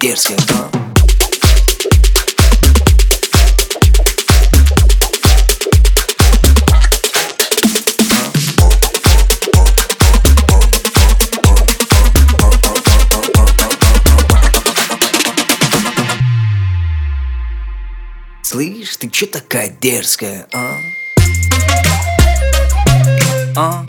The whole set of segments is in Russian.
дерзкая, Слышь, ты чё такая дерзкая, а?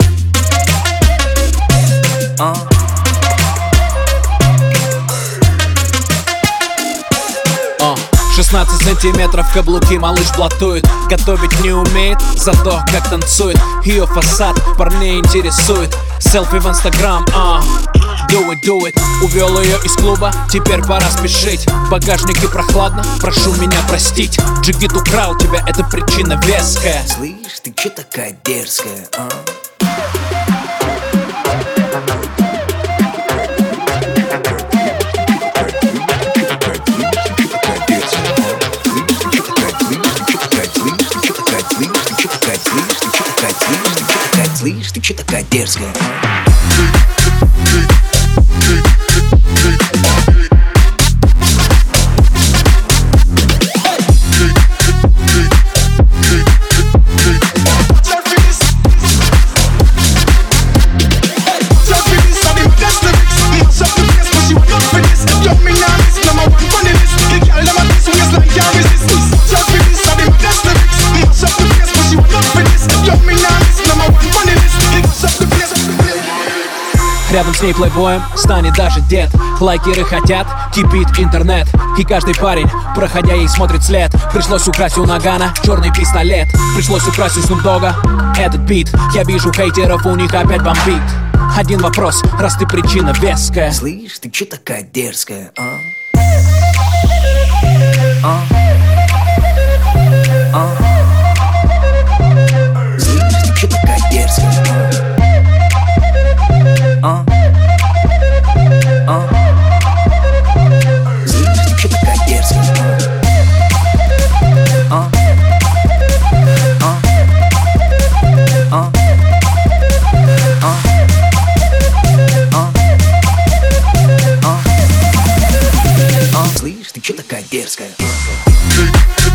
16 сантиметров каблуки малыш блатует. Готовить не умеет, зато как танцует. Ее фасад парней интересует. Селфи в инстаграм, do it. Увел ее из клуба, теперь пора спешить. В багажнике прохладно, прошу меня простить. Джигит украл тебя, это причина веская. Слышь, ты чё такая дерзкая, Слышь, ты чё такая дерзкая, Рядом с ней плейбоем станет даже дед. Лайкеры хотят, кипит интернет. И каждый парень, проходя ей, смотрит след. Пришлось украсть у Нагана черный пистолет. Пришлось украсть у Snoop Dogga этот бит. Я вижу хейтеров, у них опять бомбит. Один вопрос, раз ты причина веская. Слышь, ты чё такая дерзкая, Слышь, ты чё такая дерзкая, Слышь, ты чё такая дерзкая, Слышь, ты чё такая дерзкая,